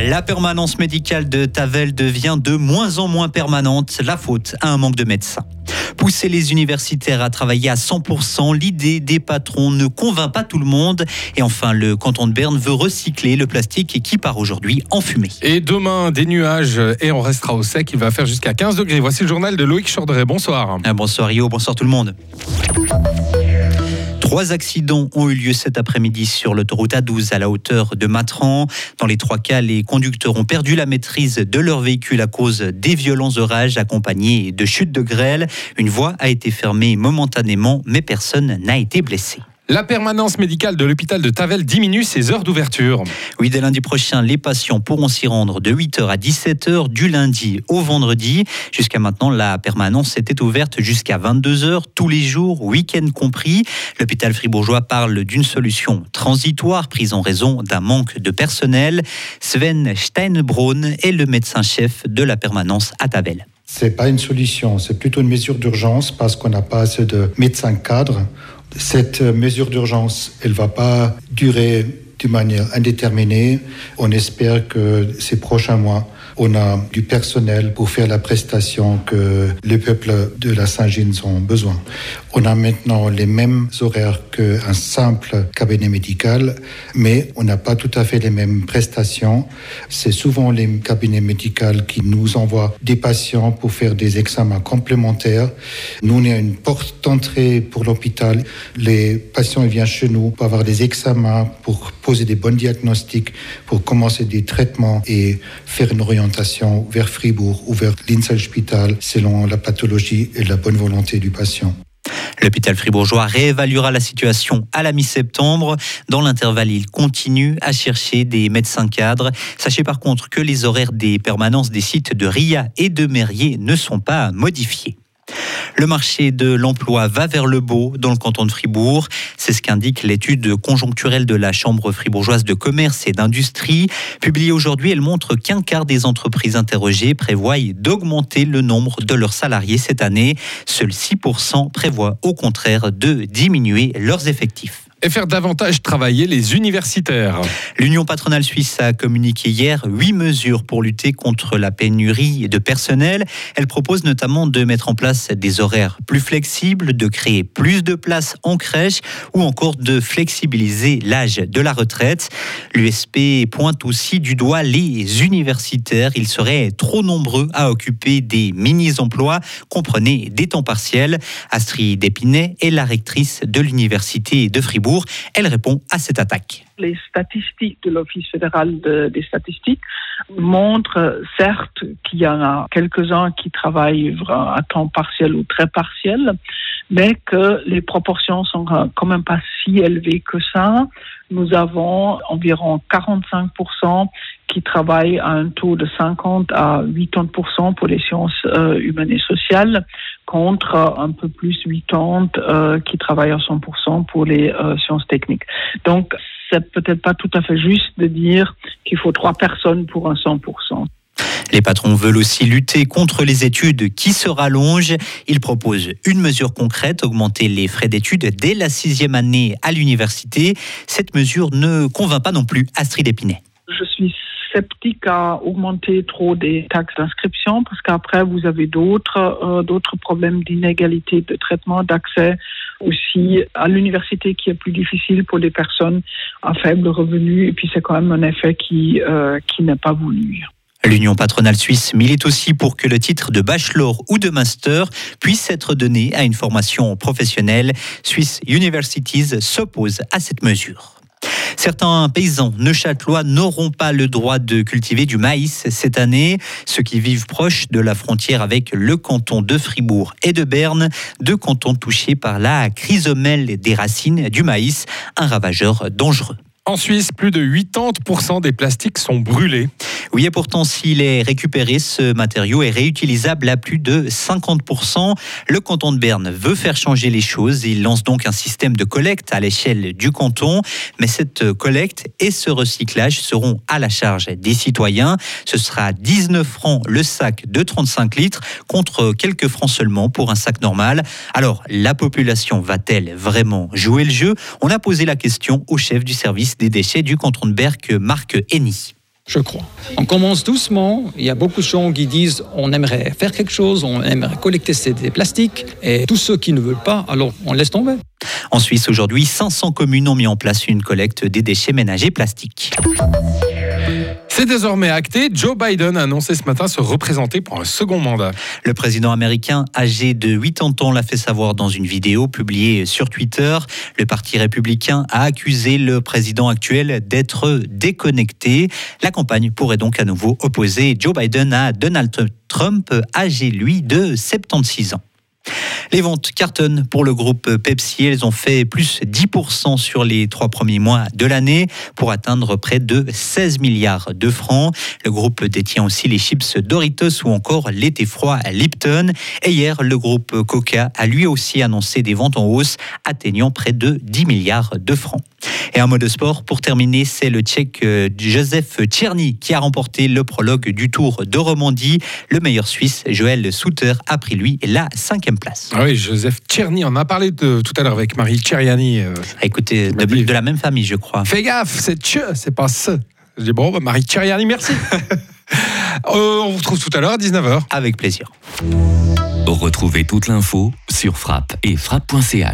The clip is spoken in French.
La permanence médicale de Tavel devient de moins en moins permanente, la faute à un manque de médecins. Pousser les universitaires à travailler à 100%, l'idée des patrons ne convainc pas tout le monde. Et enfin, le canton de Berne veut recycler le plastique qui part aujourd'hui en fumée. Et demain, des nuages et on restera au sec. Il va faire jusqu'à 15 degrés. Voici le journal de Loïc Chorderet. Bonsoir. Bonsoir Rio, bonsoir tout le monde. 3 accidents ont eu lieu cet après-midi sur l'autoroute A12 à la hauteur de Matran. Dans les 3 cas, les conducteurs ont perdu la maîtrise de leur véhicule à cause des violents orages accompagnés de chutes de grêle. Une voie a été fermée momentanément, mais personne n'a été blessé. La permanence médicale de l'hôpital de Tavel diminue ses heures d'ouverture. Oui, dès lundi prochain, les patients pourront s'y rendre de 8h à 17h du lundi au vendredi. Jusqu'à maintenant, la permanence était ouverte jusqu'à 22h tous les jours, week-end compris. L'hôpital fribourgeois parle d'une solution transitoire prise en raison d'un manque de personnel. Sven Steinbraun est le médecin-chef de la permanence à Tavel. C'est pas une solution, c'est plutôt une mesure d'urgence parce qu'on n'a pas assez de médecins cadres. Cette mesure d'urgence, elle ne va pas durer de manière indéterminée. On espère que ces prochains mois, on a du personnel pour faire la prestation que le peuple de la Saint-Gilles ont besoin. On a maintenant les mêmes horaires qu'un simple cabinet médical, mais on n'a pas tout à fait les mêmes prestations. C'est souvent les cabinets médicaux qui nous envoient des patients pour faire des examens complémentaires. Nous, on est une porte d'entrée pour l'hôpital. Les patients ils viennent chez nous pour avoir des examens, pour poser des bons diagnostics, pour commencer des traitements et faire une orientation vers Fribourg ou vers l'Inselspital selon la pathologie et la bonne volonté du patient. L'hôpital fribourgeois réévaluera la situation à la mi-septembre. Dans l'intervalle, il continue à chercher des médecins cadres. Sachez par contre que les horaires des permanences des sites de Ria et de Mérier ne sont pas modifiés. Le marché de l'emploi va vers le beau dans le canton de Fribourg. C'est ce qu'indique l'étude conjoncturelle de la Chambre fribourgeoise de commerce et d'industrie. Publiée aujourd'hui, elle montre qu'un quart des entreprises interrogées prévoient d'augmenter le nombre de leurs salariés cette année. Seuls 6% prévoient au contraire de diminuer leurs effectifs. Et faire davantage travailler les universitaires. L'Union patronale suisse a communiqué hier 8 mesures pour lutter contre la pénurie de personnel. Elle propose notamment de mettre en place des horaires plus flexibles, de créer plus de places en crèche ou encore de flexibiliser l'âge de la retraite. L'USP pointe aussi du doigt les universitaires. Ils seraient trop nombreux à occuper des mini-emplois, comprenez des temps partiels. Astrid Épinay est la rectrice de l'université de Fribourg. Elle répond à cette attaque. Les statistiques de l'Office fédéral des statistiques montrent certes qu'il y en a quelques-uns qui travaillent à temps partiel ou très partiel, mais que les proportions sont quand même pas si élevées que ça. Nous avons environ 45% qui travaillent à un taux de 50 à 80% pour les sciences humaines et sociales, contre un peu plus 80 qui travaillent à 100% pour les sciences techniques. Donc, c'est peut-être pas tout à fait juste de dire qu'il faut 3 personnes pour un 100%. Les patrons veulent aussi lutter contre les études qui se rallongent. Ils proposent une mesure concrète, augmenter les frais d'études dès la 6e année à l'université. Cette mesure ne convainc pas non plus Astrid Épinay. Je suis sceptique à augmenter trop des taxes d'inscription parce qu'après vous avez d'autres problèmes d'inégalité de traitement, d'accès aussi à l'université qui est plus difficile pour les personnes à faible revenu et puis c'est quand même un effet qui n'est pas voulu. L'Union patronale suisse milite aussi pour que le titre de bachelor ou de master puisse être donné à une formation professionnelle. Swiss Universities s'oppose à cette mesure. Certains paysans neuchâtelois n'auront pas le droit de cultiver du maïs cette année. Ceux qui vivent proches de la frontière avec le canton de Fribourg et de Berne, 2 cantons touchés par la chrysomèle des racines du maïs, un ravageur dangereux. En Suisse, plus de 80% des plastiques sont brûlés. Oui, et pourtant, s'il est récupéré, ce matériau est réutilisable à plus de 50%. Le canton de Berne veut faire changer les choses. Il lance donc un système de collecte à l'échelle du canton. Mais cette collecte et ce recyclage seront à la charge des citoyens. Ce sera 19 francs le sac de 35 litres contre quelques francs seulement pour un sac normal. Alors, la population va-t-elle vraiment jouer le jeu ? On a posé la question au chef du service des déchets du canton de Berne, Marc Henny. je crois. On commence doucement. Il y a beaucoup de gens qui disent on aimerait faire quelque chose, on aimerait collecter ces plastiques. Et tous ceux qui ne veulent pas, alors on laisse tomber. En Suisse, aujourd'hui, 500 communes ont mis en place une collecte des déchets ménagers plastiques. C'est désormais acté. Joe Biden a annoncé ce matin se représenter pour un second mandat. Le président américain, âgé de 80 ans, l'a fait savoir dans une vidéo publiée sur Twitter. Le Parti républicain a accusé le président actuel d'être déconnecté. La campagne pourrait donc à nouveau opposer Joe Biden à Donald Trump, âgé lui de 76 ans. Les ventes cartonnent pour le groupe Pepsi. Elles ont fait plus 10% sur les 3 premiers mois de l'année pour atteindre près de 16 milliards de francs. Le groupe détient aussi les chips Doritos ou encore les thés froids Lipton. Et hier, le groupe Coca a lui aussi annoncé des ventes en hausse atteignant près de 10 milliards de francs. Et en mode sport, pour terminer, c'est le Tchèque Josef Černý qui a remporté le prologue du Tour de Romandie. Le meilleur Suisse, Joël Souter, a pris lui la 5e place. Ah oui, Josef Černý, on en a parlé tout à l'heure avec Marie Tcheriani. Écoutez, de la même famille, je crois. Fais gaffe, c'est Tche, c'est pas Ce. Je dis bon, Marie Tcheriani, merci. On vous retrouve tout à l'heure à 19h. Avec plaisir. Retrouvez toute l'info sur frappe et frappe.ch.